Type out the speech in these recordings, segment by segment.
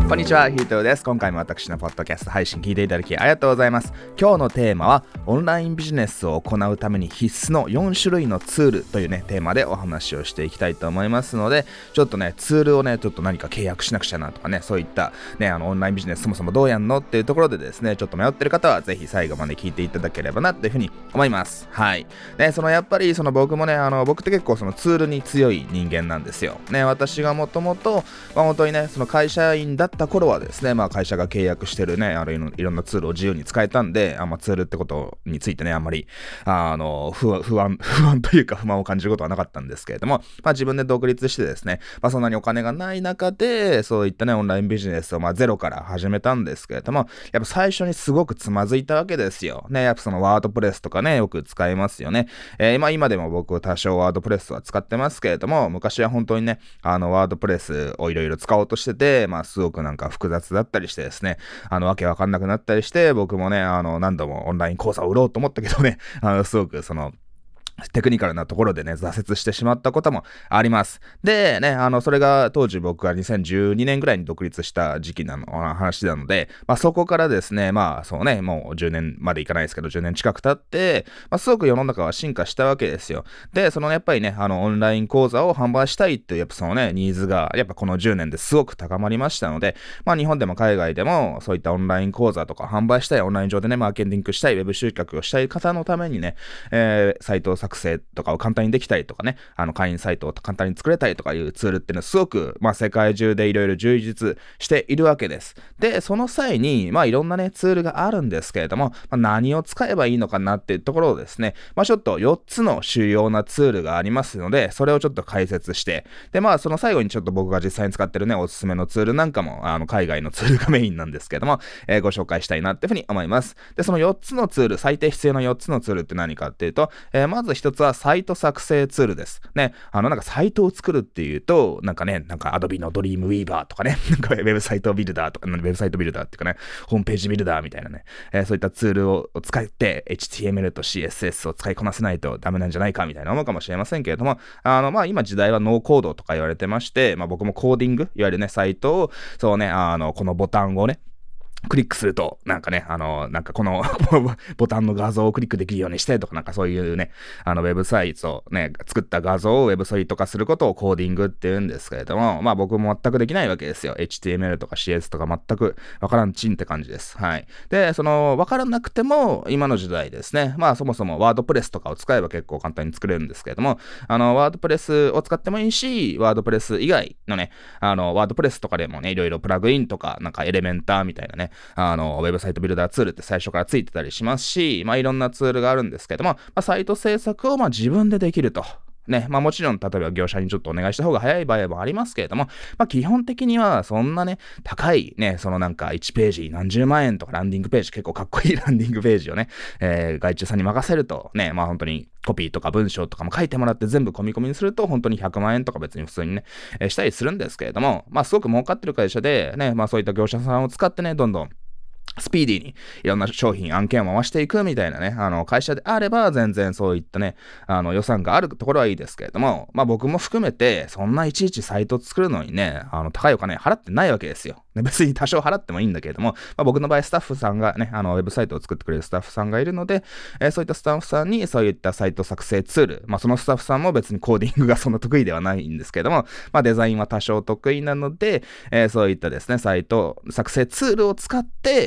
こんにちは、ヒートです。今回も私のポッドキャスト配信聞いていただきありがとうございます。今日のテーマはオンラインビジネスを行うために必須の4種類のツールというねテーマでお話をしていきたいと思いますので、ちょっとねツールをねちょっと何か契約しなくちゃなとかね、そういったねオンラインビジネスそもそもどうやんのっていうところでですね、ちょっと迷ってる方はぜひ最後まで聞いていただければなというふうに思います。はい。ね、やっぱり僕もね僕って結構そのツールに強い人間なんですよ。ね、私がもともと本当にねその会社員だった頃はですね、会社が契約してるねいろんなツールを自由に使えたんで、ツールってことについてねあんまり不安というか不満を感じることはなかったんですけれども、自分で独立してですね、そんなにお金がない中でそういったねオンラインビジネスをゼロから始めたんですけれども、やっぱ最初にすごくつまずいたわけですよね。やっぱそのワードプレスとかねよく使いますよね。今でも僕多少ワードプレスは使ってますけれども、昔は本当にねワードプレスをいろいろ使おうとしてて、すごくなんか複雑だったりしてですね、わけわかんなくなったりして、僕もね何度もオンライン講座を売ろうと思ったけどねすごくそのテクニカルなところでね、挫折してしまったこともあります。で、ね、それが当時僕が2012年ぐらいに独立した時期の話なので、そこからですね、そうね、もう10年までいかないですけど、10年近く経って、すごく世の中は進化したわけですよ。で、やっぱりね、オンライン講座を販売したいっていう、やっぱそのね、ニーズが、やっぱこの10年ですごく高まりましたので、日本でも海外でも、そういったオンライン講座とか販売したい、オンライン上でね、マーケティングしたい、ウェブ集客をしたい方のためにね、サイト作成とかを簡単にできたりとかね、会員サイトを簡単に作れたりとかいうツールっていうのはすごく、世界中でいろいろ充実しているわけです。で、その際に、いろんなね、ツールがあるんですけれども、何を使えばいいのかなっていうところをですね、ちょっと4つの主要なツールがありますので、それをちょっと解説して、で、その最後にちょっと僕が実際に使ってるね、おすすめのツールなんかも、海外のツールがメインなんですけども、ご紹介したいなっていうふうに思います。で、その4つのツール、最低必要な4つのツールって何かっていうと、まず1つはサイト作成ツールですね。なんかサイトを作るっていうと、なんか Adobe のドリームウィーバーとかね、なんかウェブサイトビルダーとか、ウェブサイトビルダーっていうかね、ホームページビルダーみたいなね、そういったツールを使って HTML と CSS を使いこなせないとダメなんじゃないかみたいな思うかもしれませんけれども、今時代はノーコードとか言われてまして、僕もコーディング、いわゆるね、サイトを、そうね、このボタンをね、クリックすると、なんかね、なんかこのボタンの画像をクリックできるようにしてとか、なんかそういうね、ウェブサイトをね、作った画像をウェブサイト化することをコーディングって言うんですけれども、僕も全くできないわけですよ。HTML とか CS とか全くわからんちんって感じです。はい。で、わからなくても、今の時代ですね、そもそもワードプレスとかを使えば結構簡単に作れるんですけれども、ワードプレスを使ってもいいし、ワードプレス以外のね、ワードプレスとかでもね、いろいろプラグインとか、なんかエレメンターみたいなね、ウェブサイトビルダーツールって最初からついてたりしますし、いろんなツールがあるんですけども、サイト制作を自分でできると。ね、もちろん、例えば業者にちょっとお願いした方が早い場合もありますけれども、基本的にはそんなね、高いね、なんか1ページ何十万円とかランディングページ、結構かっこいいランディングページをね、外注さんに任せるとね、本当にコピーとか文章とかも書いてもらって全部込み込みにすると本当に100万円とか別に普通にね、したりするんですけれども、すごく儲かってる会社でね、そういった業者さんを使ってね、どんどんスピーディーにいろんな商品、案件を回していくみたいなね、会社であれば全然そういったね、予算があるところはいいですけれども、僕も含めて、そんないちいちサイト作るのにね、高いお金払ってないわけですよ。ね、別に多少払ってもいいんだけれども、僕の場合スタッフさんがね、ウェブサイトを作ってくれるスタッフさんがいるので、そういったスタッフさんにそういったサイト作成ツール、そのスタッフさんも別にコーディングがそんな得意ではないんですけれども、デザインは多少得意なので、そういったですね、サイト作成ツールを使って、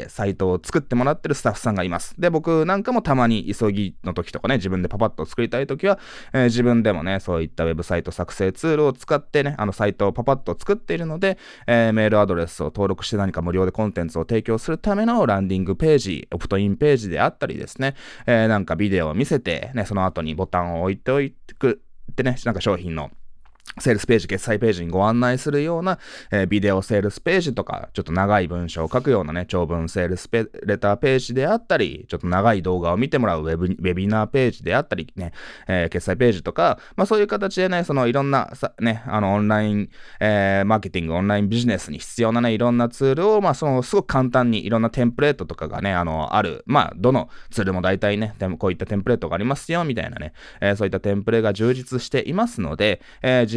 サイトを作ってもらってるスタッフさんがいます。で、僕なんかもたまに急ぎの時とかね、自分でパパッと作りたい時は、自分でもね、そういったウェブサイト作成ツールを使ってね、サイトをパパッと作っているので、メールアドレスを登録して何か無料でコンテンツを提供するためのランディングページ、オプトインページであったりですね、なんかビデオを見せて、ね、その後にボタンを置いておいてくってね、なんか商品のセールスページ、決済ページにご案内するような、ビデオセールスページとか、ちょっと長い文章を書くようなね、長文セールスレターページであったり、ちょっと長い動画を見てもらうウェビナーページであったりね、決済ページとか、そういう形でね、いろんなね、オンライン、マーケティング、オンラインビジネスに必要なね、いろんなツールを、すごく簡単にいろんなテンプレートとかがね、ある。どのツールも大体ね、こういったテンプレートがありますよ、みたいなね、そういったテンプレが充実していますので、自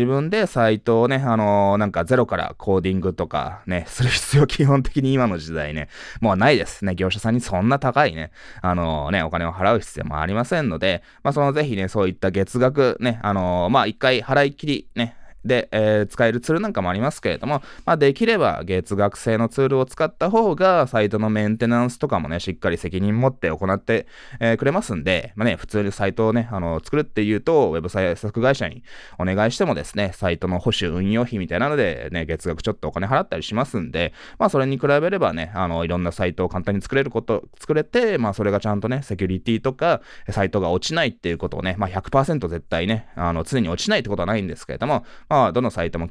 自分でサイトをね、なんかゼロからコーディングとかね、する必要基本的に今の時代ね、もうないですね。業者さんにそんな高いね、お金を払う必要もありませんので、ぜひね、そういった月額ね、一回払い切りね、で、使えるツールなんかもありますけれども、できれば月額制のツールを使った方が、サイトのメンテナンスとかもね、しっかり責任持って行って、くれますんで、普通にサイトをね、作るっていうと、ウェブ制作会社にお願いしてもですね、サイトの保守運用費みたいなので、ね、月額ちょっとお金払ったりしますんで、それに比べればね、いろんなサイトを簡単に作れて、それがちゃんとね、セキュリティとか、サイトが落ちないっていうことをね、100% 絶対ね、常に落ちないってことはないんですけれども、どのサイトも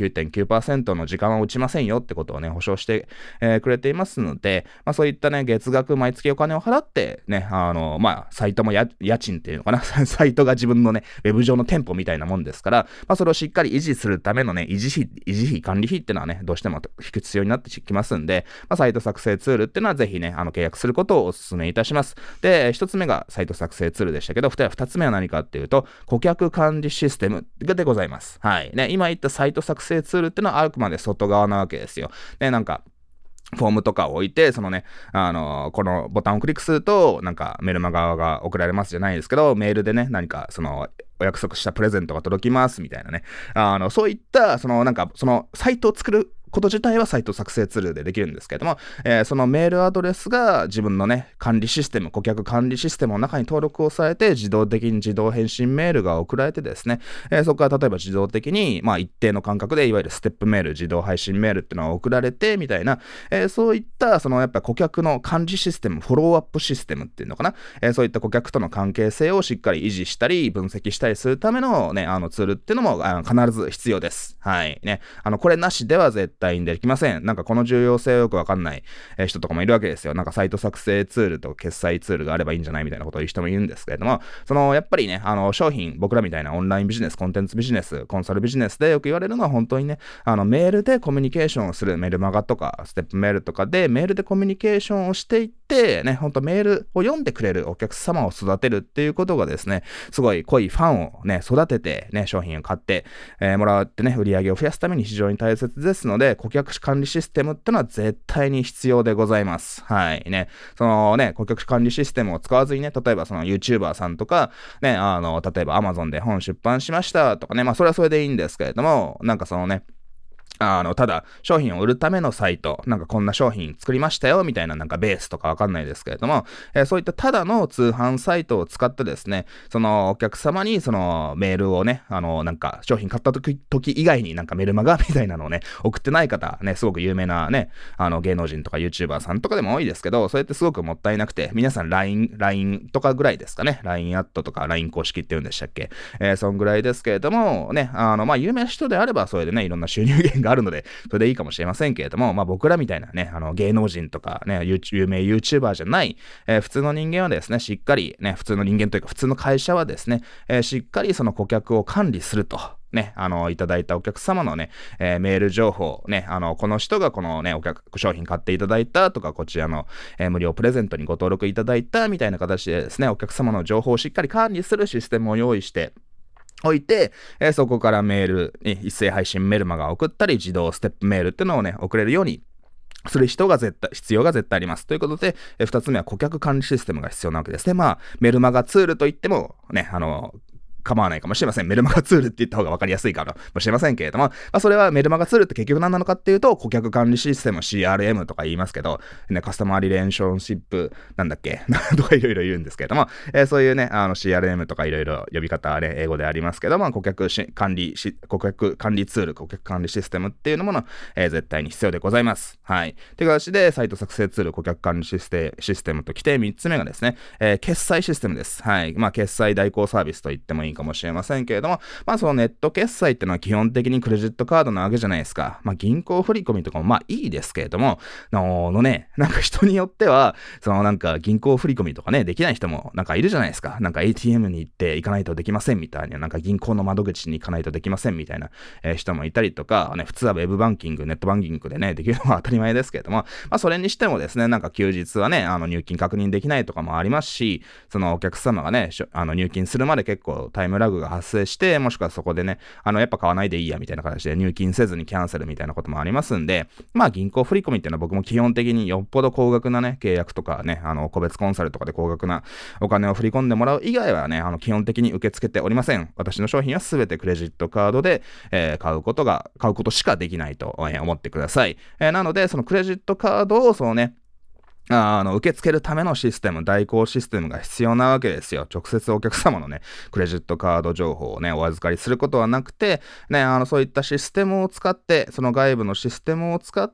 99.9% の時間は落ちませんよってことをね、保証して、くれていますので、そういったね、月額毎月お金を払って、ね、サイトも家賃っていうのかな、サイトが自分のね、ウェブ上の店舗みたいなもんですから、それをしっかり維持するためのね、維持費、管理費っていうのはね、どうしても引く必要になってきますんで、サイト作成ツールっていうのはぜひね、契約することをお勧めいたします。で、一つ目がサイト作成ツールでしたけど、二つ目は何かっていうと、顧客管理システムでございます。はい。ね、今言ったサイト作成ツールっていうのはあくまで外側なわけですよ。で、なんか、フォームとかを置いて、そのね、このボタンをクリックすると、なんかメルマガが送られますじゃないですけど、メールでね、何かお約束したプレゼントが届きますみたいなね。そういった、サイトを作ること自体はサイト作成ツールでできるんですけれども、そのメールアドレスが自分のね、管理システム、顧客管理システムの中に登録をされて、自動的に自動返信メールが送られてですね、そこから例えば自動的に、一定の間隔で、いわゆるステップメール、自動配信メールっていうのが送られて、みたいな、そういった、やっぱ顧客の管理システム、フォローアップシステムっていうのかな、そういった顧客との関係性をしっかり維持したり、分析したりするためのね、ツールっていうのも必ず必要です。はい。ね。これなしでは絶対にできません。なんかこの重要性をよくわかんない人とかもいるわけですよ。なんかサイト作成ツールと決済ツールがあればいいんじゃないみたいなことを言う人もいるんですけれども、やっぱりね、商品、僕らみたいなオンラインビジネス、コンテンツビジネス、コンサルビジネスでよく言われるのは本当にね、メールでコミュニケーションをする、メルマガとか、ステップメールとかで、メールでコミュニケーションをしていって、ね、本当メールを読んでくれるお客様を育てるっていうことがですね、すごい濃いファンをね、育てて、ね、商品を買って、もらってね、売り上げを増やすために非常に大切ですので、顧客管理システムってのは絶対に必要でございます。はいね。顧客管理システムを使わずにね、例えばYouTuber さんとか、ね、例えば Amazon で本出版しましたとかね、それはそれでいいんですけれども、なんかただ、商品を売るためのサイト、なんかこんな商品作りましたよ、みたいななんかベースとかわかんないですけれども、そういったただの通販サイトを使ってですね、お客様にメールをね、なんか商品買った時以外になんかメルマガみたいなのをね、送ってない方、ね、すごく有名なね、芸能人とか YouTuber さんとかでも多いですけど、それってすごくもったいなくて、皆さん LINE とかぐらいですかね、LINE アットとか LINE 公式って言うんでしたっけ、そんぐらいですけれども、ね、有名な人であればそれでね、いろんな収入源があるので、それでいいかもしれませんけれども、僕らみたいなね、芸能人とかね、有名 YouTuber じゃない、普通の人間はですね、しっかりね、普通の人間というか普通の会社はですね、しっかりその顧客を管理すると。ね、いただいたお客様のね、メール情報、ね、この人がこのね、商品買っていただいたとか、こちらの、無料プレゼントにご登録いただいたみたいな形でですね、お客様の情報をしっかり管理するシステムを用意しておいて、そこからメール、一斉配信メルマガを送ったり、自動ステップメールっていうのをね、送れるようにする必要が絶対あります。ということで、二つ目は顧客管理システムが必要なわけですね。メルマガツールといっても、ね、構わないかもしれません。メルマガツールって言った方が分かりやすいかもしれませんけれども、それはメルマガツールって結局何なのかっていうと、顧客管理システム CRM とか言いますけど、ね、カスタマーリレーションシップなんだっけとかいろいろ言うんですけれども、そういうね、CRM とかいろいろ呼び方はね、英語でありますけども、顧客管理ツール、顧客管理システムっていうもの、絶対に必要でございます。はい。という形で、サイト作成ツール、顧客管理システムときて、3つ目がですね、決済システムです。はい。決済代行サービスと言ってもいいかもしれませんけれども、そのネット決済っていうのは基本的にクレジットカードなわけじゃないですか。銀行振込とかもいいですけれども、ね、なんか人によっては、なんか銀行振込とかね、できない人もなんかいるじゃないですか。なんか ATM に行って行かないとできませんみたいな、なんか銀行の窓口に行かないとできませんみたいな、人もいたりとか、ね、普通はウェブバンキング、ネットバンキングでね、できるのは当たり前ですけれども、それにしてもですね、なんか休日はね、入金確認できないとかもありますし、そのお客様がね、入金するまで結構タイムラグが発生して、もしくはそこでね、やっぱ買わないでいいやみたいな形で入金せずにキャンセルみたいなこともありますんで、まあ銀行振込っていうのは僕も基本的によっぽど高額なね、契約とかね、個別コンサルとかで高額なお金を振り込んでもらう以外はね、基本的に受け付けておりません。私の商品はすべてクレジットカードで、買うことしかできないと、思ってください。なので、そのクレジットカードをそのね、受け付けるためのシステム、代行システムが必要なわけですよ。直接お客様のね、クレジットカード情報をね、お預かりすることはなくて、ね、そういったシステムを使って、その外部のシステムを使って、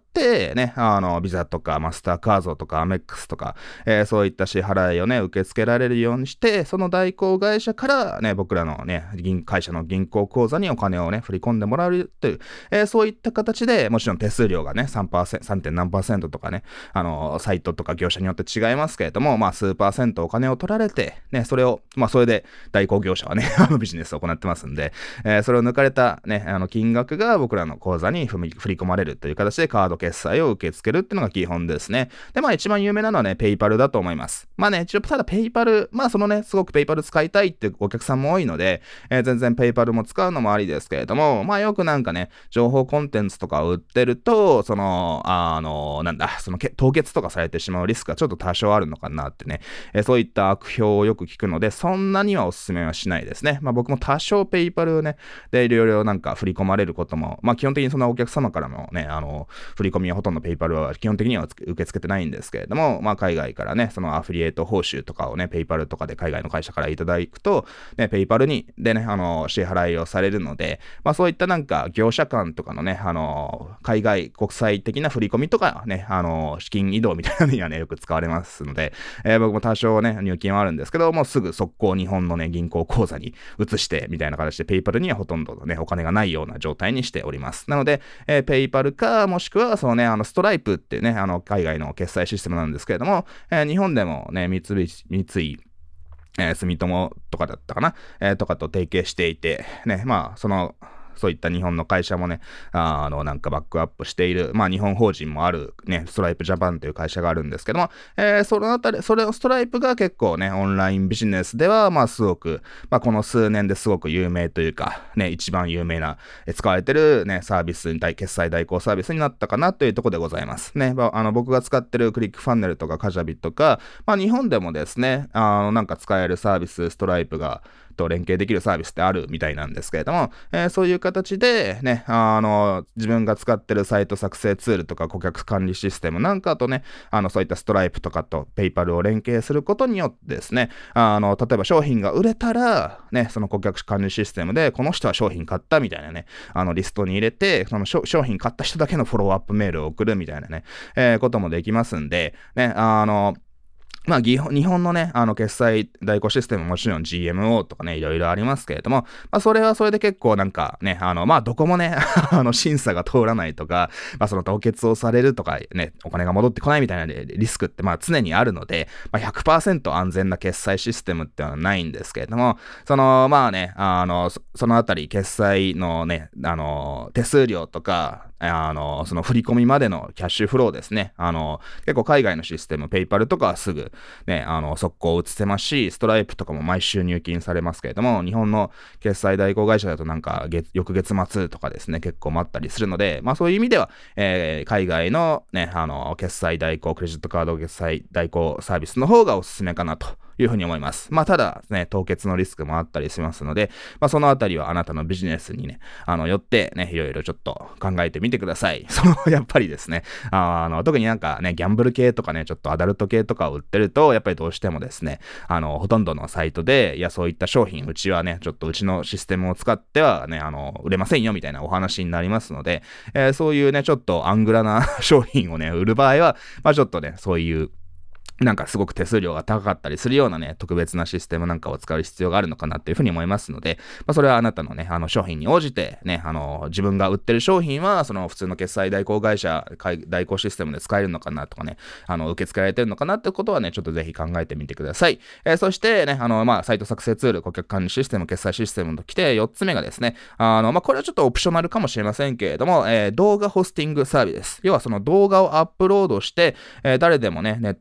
ね、ビザとかマスターカードとかアメックスとか、そういった支払いをね、受け付けられるようにして、その代行会社からね、僕らのね、会社の銀行口座にお金をね、振り込んでもらえるという、そういった形で、もちろん手数料がね、3. 何%とかね、サイトとか業者によって違いますけれども、まあ数%お金を取られて、ね、それを、まあそれで代行業者はね、ビジネスを行ってますんで、それを抜かれたね、金額が僕らの口座に振り込まれるという形でカード決済を受け付けるっていうのが基本ですね。で、まあ一番有名なのはね、ペイパルだと思います。まあね、ただペイパル、まあそのね、すごくペイパル使いたいっていうお客さんも多いので、全然ペイパルも使うのもありですけれども、まあよくなんかね、情報コンテンツとかを売ってると、その凍結とかされてしまうリスクがちょっと多少あるのかなってね、そういった悪評をよく聞くので、そんなにはおすすめはしないですね。まあ僕も多少ペイパルね、でいろいろなんか振り込まれることも、まあ基本的にそのお客様からのね、振り込みはほとんどペイパルは基本的には受け付けてないんですけれども、まあ海外からね、そのアフィリエイト報酬とかをね、ペイパルとかで海外の会社からいただくと、ね、ペイパルでね、支払いをされるので、まあそういったなんか業者間とかのね、海外国際的な振り込みとかね、資金移動みたいなのにはね、よく使われますので、僕も多少ね、入金はあるんですけど、もうすぐ速攻日本のね、銀行口座に移してみたいな形で、ペイパルにはほとんどね、お金がないような状態にしております。なので、ペイパルか、もしくはそのね、ストライプっていうね、海外の決済システムなんですけれども、日本でもね、三井住友とかだったかな、とかと提携していて、ね、まあ、そういった日本の会社もね、なんかバックアップしている、まあ日本法人もあるね、ストライプジャパンという会社があるんですけども、そのストライプが結構ね、オンラインビジネスでは、まあすごく、まあこの数年ですごく有名というか、ね、一番有名な、使われてるね、サービス決済代行サービスになったかなというところでございます。ね、僕が使ってるクリックファンネルとかカジャビとか、まあ日本でもですね、なんか使えるサービス、ストライプが、と連携できるサービスってあるみたいなんですけれども、そういう形でね、自分が使ってるサイト作成ツールとか顧客管理システムなんかとね、そういったストライプとかとペイパルを連携することによってですね、例えば商品が売れたら、ね、その顧客管理システムで、この人は商品買ったみたいなね、リストに入れて、その商品買った人だけのフォローアップメールを送るみたいなね、こともできますんで、ね、まあ、日本のね、決済代行システムもちろん GMO とかね、いろいろありますけれども、まあ、それはそれで結構なんかね、まあ、どこもね、審査が通らないとか、まあ、その凍結をされるとかね、お金が戻ってこないみたいなリスクって、まあ、常にあるので、まあ、100% 安全な決済システムってのはないんですけれども、まあね、そのあたり決済のね、手数料とか、その振り込みまでのキャッシュフローですね。結構海外のシステム、ペイパルとかはすぐね、速攻移せますし、ストライプとかも毎週入金されますけれども、日本の決済代行会社だとなんか翌月末とかですね、結構待ったりするので、まあそういう意味では、海外のね、決済代行、クレジットカード決済代行サービスの方がおすすめかなというふうに思います。まあただね、凍結のリスクもあったりしますので、まあそのあたりはあなたのビジネスにね、よってね、いろいろちょっと考えてみてください。やっぱりですね、特になんかね、ギャンブル系とかね、ちょっとアダルト系とかを売ってると、やっぱりどうしてもですね、ほとんどのサイトで、いや、そういった商品、うちはね、ちょっとうちのシステムを使ってはね、売れませんよ、みたいなお話になりますので、そういうね、ちょっとアングラな商品をね、売る場合は、まあちょっとね、そういう、なんかすごく手数料が高かったりするようなね、特別なシステムなんかを使う必要があるのかなっていうふうに思いますので、まあそれはあなたのね、商品に応じてね、自分が売ってる商品は、その普通の決済代行会社、代行システムで使えるのかなとかね、受け付けられてるのかなってことはね、ちょっとぜひ考えてみてください。そしてね、まあサイト作成ツール、顧客管理システム、決済システムときて、4つ目がですね、まあこれはちょっとオプショナルかもしれませんけれども、動画ホスティングサービスです。要はその動画をアップロードして、誰でもね、ネットにつなが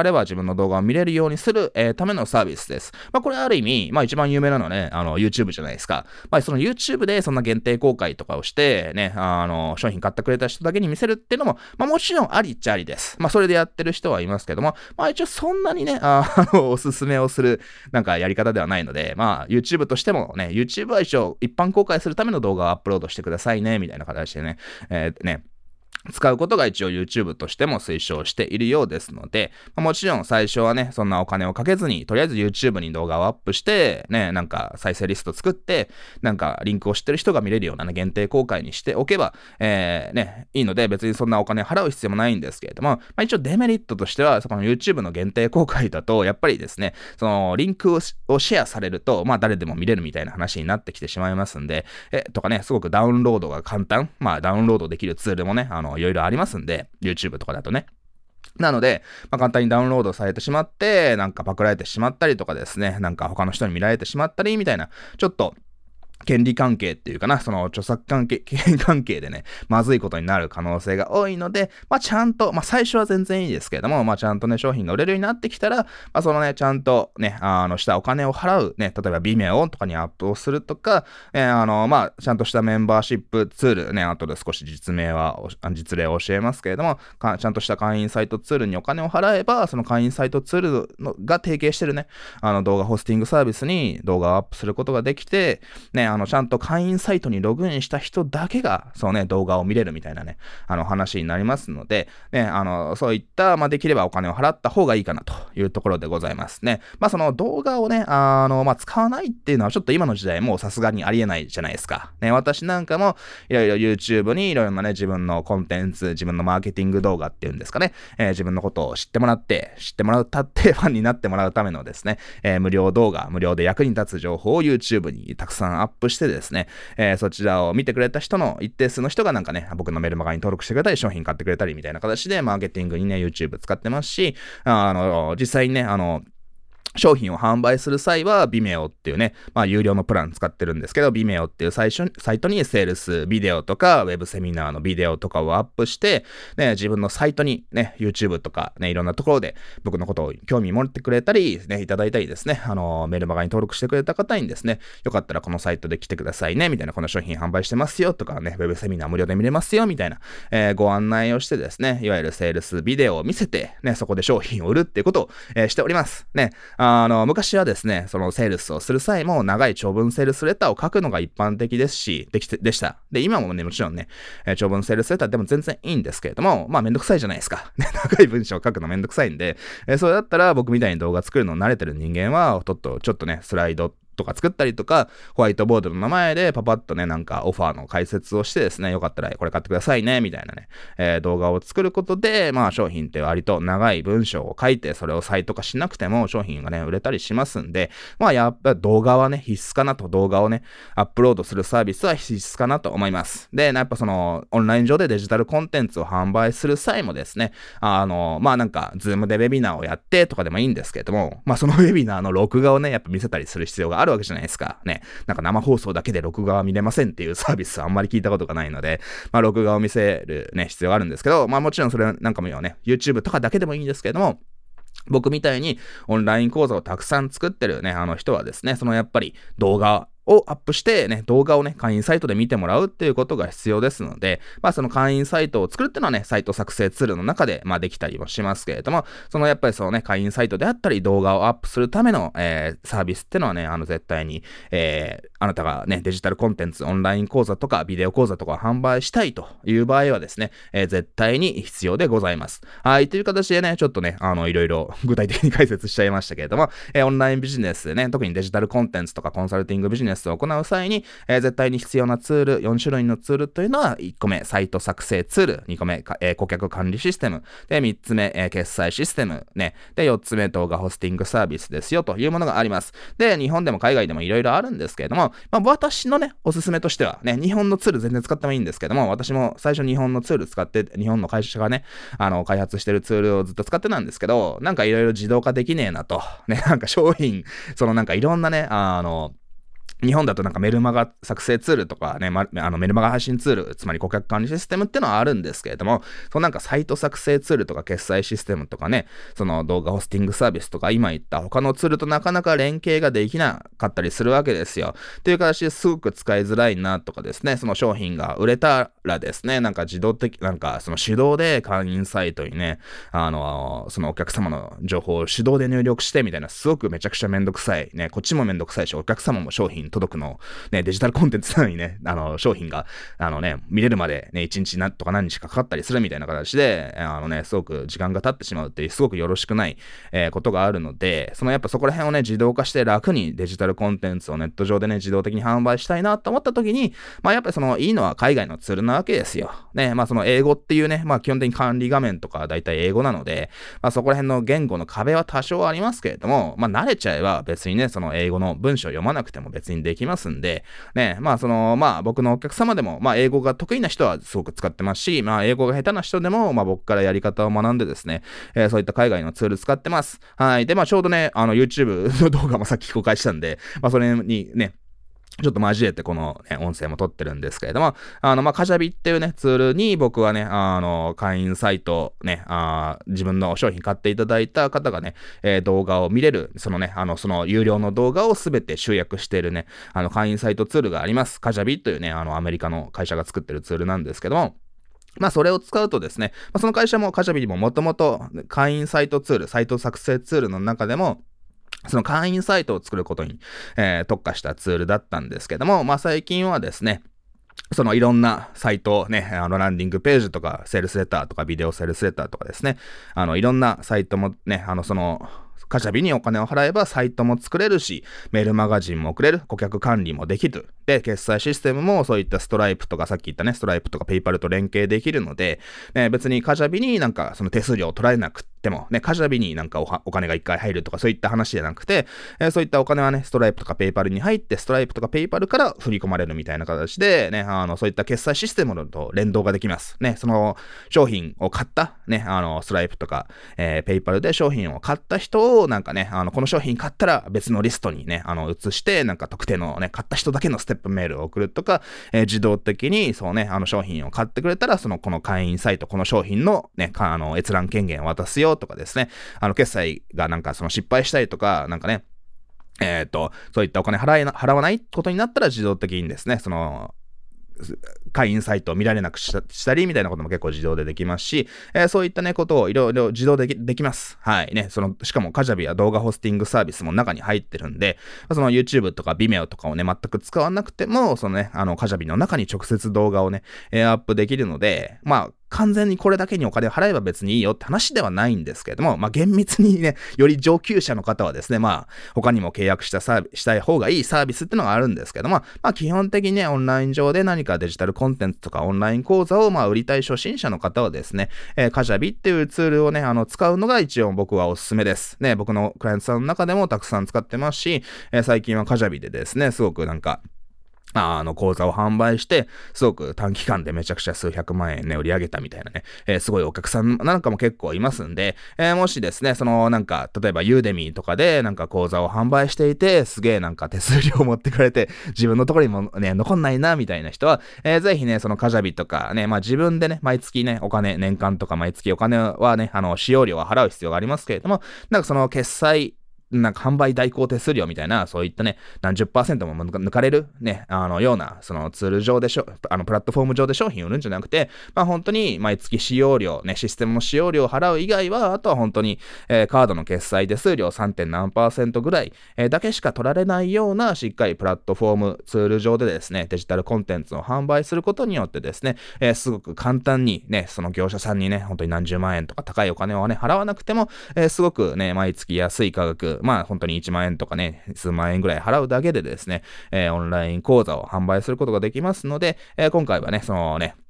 がれば自分の動画を見れるようにする、ためのサービスです。これある意味、一番有名なのはね、YouTube じゃないですか。その YouTube でそんな限定公開とかをして、ね、商品買ってくれた人だけに見せるっていうのも、もちろんありっちゃありです。それでやってる人はいますけども、一応そんなにね、おすすめをする、なんかやり方ではないので、YouTube としてもね、YouTube は一応一般公開するための動画をアップロードしてくださいね、みたいな形でね、使うことが一応 YouTube としても推奨しているようですので、もちろん最初はね、そんなお金をかけずに、とりあえず YouTube に動画をアップして、ね、なんか再生リスト作って、なんかリンクを知ってる人が見れるようなね、限定公開にしておけば、いいので、別にそんなお金払う必要もないんですけれども、一応デメリットとしては、その YouTube の限定公開だと、やっぱりですね、そのリンクをシェアされると、誰でも見れるみたいな話になってきてしまいますんで、とかね、すごくダウンロードが簡単、ダウンロードできるツールもね、いろいろありますんで、YouTube とかだとね。なので、簡単にダウンロードされてしまって、なんかパクられてしまったりとかですね、なんか他の人に見られてしまったりみたいな、ちょっと、権利関係っていうかな、その著作関係でね、まずいことになる可能性が多いので、ちゃんと、最初は全然いいですけれども、ちゃんとね、商品が売れるようになってきたら、そのね、ちゃんとね、したお金を払う、ね、例えば Vimeo とかにアップをするとか、ちゃんとしたメンバーシップツールね、後で少し実例を教えますけれども、ちゃんとした会員サイトツールにお金を払えば、その会員サイトツールが提携してるね、動画ホスティングサービスに動画をアップすることができて、ね、ちゃんと会員サイトにログインした人だけが、そうね、動画を見れるみたいなね、話になりますので、ね、そういった、できればお金を払った方がいいかなというところでございますね。その動画をね、使わないっていうのはちょっと今の時代もうさすがにありえないじゃないですか。ね、私なんかも、いろいろ YouTube にいろいろなね、自分のコンテンツ、自分のマーケティング動画っていうんですかね、自分のことを知ってもらって、ファンになってもらうためのですね、無料動画、無料で役に立つ情報を YouTube にたくさんアップしてですね、そちらを見てくれた人の一定数の人がなんかね、僕のメルマガに登録してくれたり、商品買ってくれたりみたいな形で、マーケティングにね、YouTube 使ってますし、実際にね、商品を販売する際は Vimeo っていうね、有料のプラン使ってるんですけど、Vimeo っていうサイトにセールスビデオとか、ウェブセミナーのビデオとかをアップして、ね、自分のサイトにね、YouTube とかね、いろんなところで僕のことを興味持ってくれたり、ね、いただいたりですね、メルマガに登録してくれた方にですね、よかったらこのサイトで来てくださいね、みたいな、この商品販売してますよとかね、ウェブセミナー無料で見れますよ、みたいな、ご案内をしてですね、いわゆるセールスビデオを見せて、ね、そこで商品を売るっていうことを、しております。ね。昔はですね、そのセールスをする際も長い長文セールスレターを書くのが一般的ですし、でした。で、今もね、もちろんね、長文セールスレターでも全然いいんですけれども、めんどくさいじゃないですか。長い文章を書くのめんどくさいんで、それだったら僕みたいに動画作るの慣れてる人間は、ちょっとね、スライドとか作ったりとか、ホワイトボードの前でパパッとね、なんかオファーの解説をしてですね、よかったらこれ買ってくださいね、みたいなね、動画を作ることで、商品って割と長い文章を書いて、それをサイト化しなくても商品がね、売れたりしますんで、やっぱ動画はね、必須かなと、動画をね、アップロードするサービスは必須かなと思います。で、やっぱその、オンライン上でデジタルコンテンツを販売する際もですね、なんか、ズームでウェビナーをやってとかでもいいんですけれども、そのウェビナーの録画をね、やっぱ見せたりする必要があるわけじゃないですか。ね。なんか生放送だけで録画は見れませんっていうサービスはあんまり聞いたことがないので、録画を見せるね、必要があるんですけど、もちろんそれなんかもね、YouTube とかだけでもいいんですけれども、僕みたいにオンライン講座をたくさん作ってるね、人はですね、そのやっぱり動画をアップしてね、動画をね、会員サイトで見てもらうっていうことが必要ですので、その会員サイトを作るっていうのはね、サイト作成ツールの中で、できたりもしますけれども、やっぱりそのね、会員サイトであったり、動画をアップするための、サービスっていうのはね、絶対に、あなたがね、デジタルコンテンツ、オンライン講座とか、ビデオ講座とかを販売したいという場合はですね、絶対に必要でございます。はい、という形でね、ちょっとね、いろいろ具体的に解説しちゃいましたけれども、オンラインビジネスでね、特にデジタルコンテンツとかコンサルティングビジネスを行う際に、絶対に必要なツール、4種類のツールというのは、1個目、サイト作成ツール、2個目、顧客管理システム、で、3つ目、決済システム、ね、で、4つ目、動画ホスティングサービスですよというものがあります。で、日本でも海外でもいろいろあるんですけれども、私のね、おすすめとしては、ね、日本のツール全然使ってもいいんですけども、私も最初日本のツール使って、日本の会社がね、開発してるツールをずっと使ってたんですけど、なんかいろいろ自動化できねえなと、ね、なんか商品、なんかいろんなね、 日本だとなんかメルマガ作成ツールとかね、メルマガ配信ツール、つまり顧客管理システムっていうのはあるんですけれども、そのなんかサイト作成ツールとか決済システムとかね、その動画ホスティングサービスとか今言った他のツールとなかなか連携ができなかったりするわけですよ。っていう形ですごく使いづらいなとかですね、その商品が売れたらですね、なんか自動的、なんかその手動で会員サイトにね、そのお客様の情報を手動で入力してみたいな、すごくめちゃくちゃめんどくさい。ね、こっちもめんどくさいし、お客様も商品届くの、ね、デジタルコンテンツなのにね、商品が、見れるまでね、1日とか何日かかかったりするみたいな形で、すごく時間が経ってしまうっていう、すごくよろしくない、ことがあるので、やっぱそこら辺をね、自動化して楽にデジタルコンテンツをネット上でね、自動的に販売したいなと思った時に、やっぱりいいのは海外のツールなわけですよ。ね、その英語っていうね、基本的に管理画面とか大体英語なので、そこら辺の言語の壁は多少ありますけれども、慣れちゃえば別にね、その英語の文章を読まなくても別にできますんで、ね、僕のお客様でも、英語が得意な人はすごく使ってますし、英語が下手な人でも、僕からやり方を学んでですね、そういった海外のツール使ってます。はい。で、ちょうどね、YouTube の動画もさっき公開したんで、それにね、ちょっと交えてこの、ね、音声も撮ってるんですけれども、カジャビっていうね、ツールに僕はね、会員サイトね、自分の商品買っていただいた方がね、動画を見れる、その有料の動画をすべて集約しているね、会員サイトツールがあります。カジャビというね、アメリカの会社が作ってるツールなんですけども、それを使うとですね、その会社もカジャビにももともと会員サイトツール、サイト作成ツールの中でも、その会員サイトを作ることに、特化したツールだったんですけども、最近はですね、いろんなサイトね、ランディングページとか、セールスレターとか、ビデオセールスレターとかですね、いろんなサイトもね、カジャビにお金を払えばサイトも作れるし、メールマガジンも送れる、顧客管理もできる。で、決済システムもそういったストライプとか、さっき言ったね、ストライプとかペイパルと連携できるので、別にカジャビになんかその手数料を取られなくても、ね、カジャビになんかお金が一回入るとかそういった話じゃなくて、そういったお金はね、ストライプとかペイパルに入って、ストライプとかペイパルから振り込まれるみたいな形で、ね、そういった決済システムと連動ができます。ね、その商品を買った、ね、ストライプとか、ペイパルで商品を買った人をなんかね、この商品買ったら別のリストにね、移して、なんか特定のね、買った人だけのステップメールを送るとか、自動的に、そうね、商品を買ってくれたら、この会員サイト、この商品のね、閲覧権限を渡すよとかですね、決済がなんか失敗したりとか、なんかね、そういったお金払わないことになったら自動的にですね、会員サイトを見られなくしたりみたいなことも結構自動でできますし、そういったね、ことをいろいろ自動でできます。はいね。しかもカジャビは動画ホスティングサービスも中に入ってるんで、YouTube とか Vimeo とかをね、全く使わなくても、カジャビの中に直接動画をね、アップできるので、完全にこれだけにお金を払えば別にいいよって話ではないんですけれども、厳密にね、より上級者の方はですね、他にも契約したい方がいいサービスってのがあるんですけども、基本的にね、オンライン上で何かデジタルコンテンツとかオンライン講座を売りたい初心者の方はですね、カジャビっていうツールをね、使うのが一応僕はおすすめです。ね、僕のクライアントさんの中でもたくさん使ってますし、最近はカジャビでですね、すごくなんか、講座を販売して、すごく短期間でめちゃくちゃ数百万円ね、売り上げたみたいなね、すごいお客さんなんかも結構いますんで、もしですね、なんか、例えばユーデミーとかでなんか講座を販売していて、すげえなんか手数料を持ってかれて、自分のところにもね、残んないな、みたいな人は、ぜひね、カジャビとかね、自分でね、毎月ね、お金、年間とか毎月お金はね、使用料は払う必要がありますけれども、なんか決済、なんか販売代行手数料みたいな、そういったね、何十%も抜かれるね、ような、ツール上でプラットフォーム上で商品を売るんじゃなくて、本当に毎月使用料、ね、システムの使用料を払う以外は、あとは本当に、カードの決済手数料 3. 何%ぐらい、だけしか取られないような、しっかりプラットフォームツール上でですね、デジタルコンテンツを販売することによってですね、すごく簡単にね、その業者さんにね、本当に何十万円とか高いお金をね、払わなくても、すごくね、毎月安い価格、本当に1万円とかね、数万円ぐらい払うだけでですね、オンライン講座を販売することができますので、今回はね、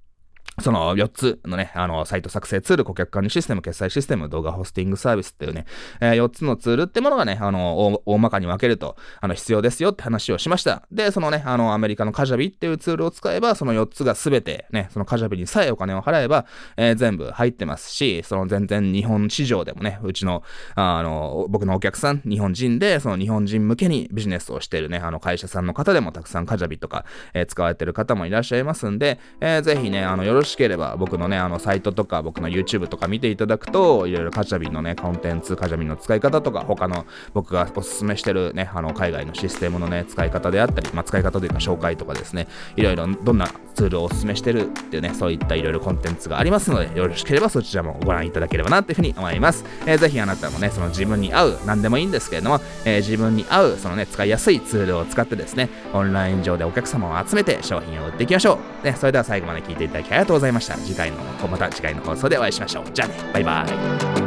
その4つのね、サイト作成ツール、顧客管理システム、決済システム、動画ホスティングサービスっていうね、4つのツールってものがね、大まかに分けると、必要ですよって話をしました。で、そのね、アメリカのカジャビっていうツールを使えば、その4つがすべてね、そのカジャビにさえお金を払えば、全部入ってますし、その全然日本市場でもね、うちの、僕のお客さん、日本人で、その日本人向けにビジネスをしているね、会社さんの方でもたくさんカジャビとか、使われてる方もいらっしゃいますんで、ぜひね、よろしければ僕のね、サイトとか僕の YouTube とか見ていただくと、いろいろカジャビのね、コンテンツ、カジャビの使い方とか、他の僕がおすすめしてるね、海外のシステムのね、使い方であったり、使い方というか紹介とかですね、いろいろどんなツールをおすすめしてるっていうね、そういったいろいろコンテンツがありますので、よろしければそちらもご覧いただければなっていうふうに思います。ぜひあなたもね、その自分に合う、何でもいいんですけれども、自分に合う、そのね、使いやすいツールを使ってですね、オンライン上でお客様を集めて商品を売っていきましょう。ね、それでは最後まで聞いていただきありがとうございました。また次回の放送でお会いしましょう。じゃあね、バイバイ。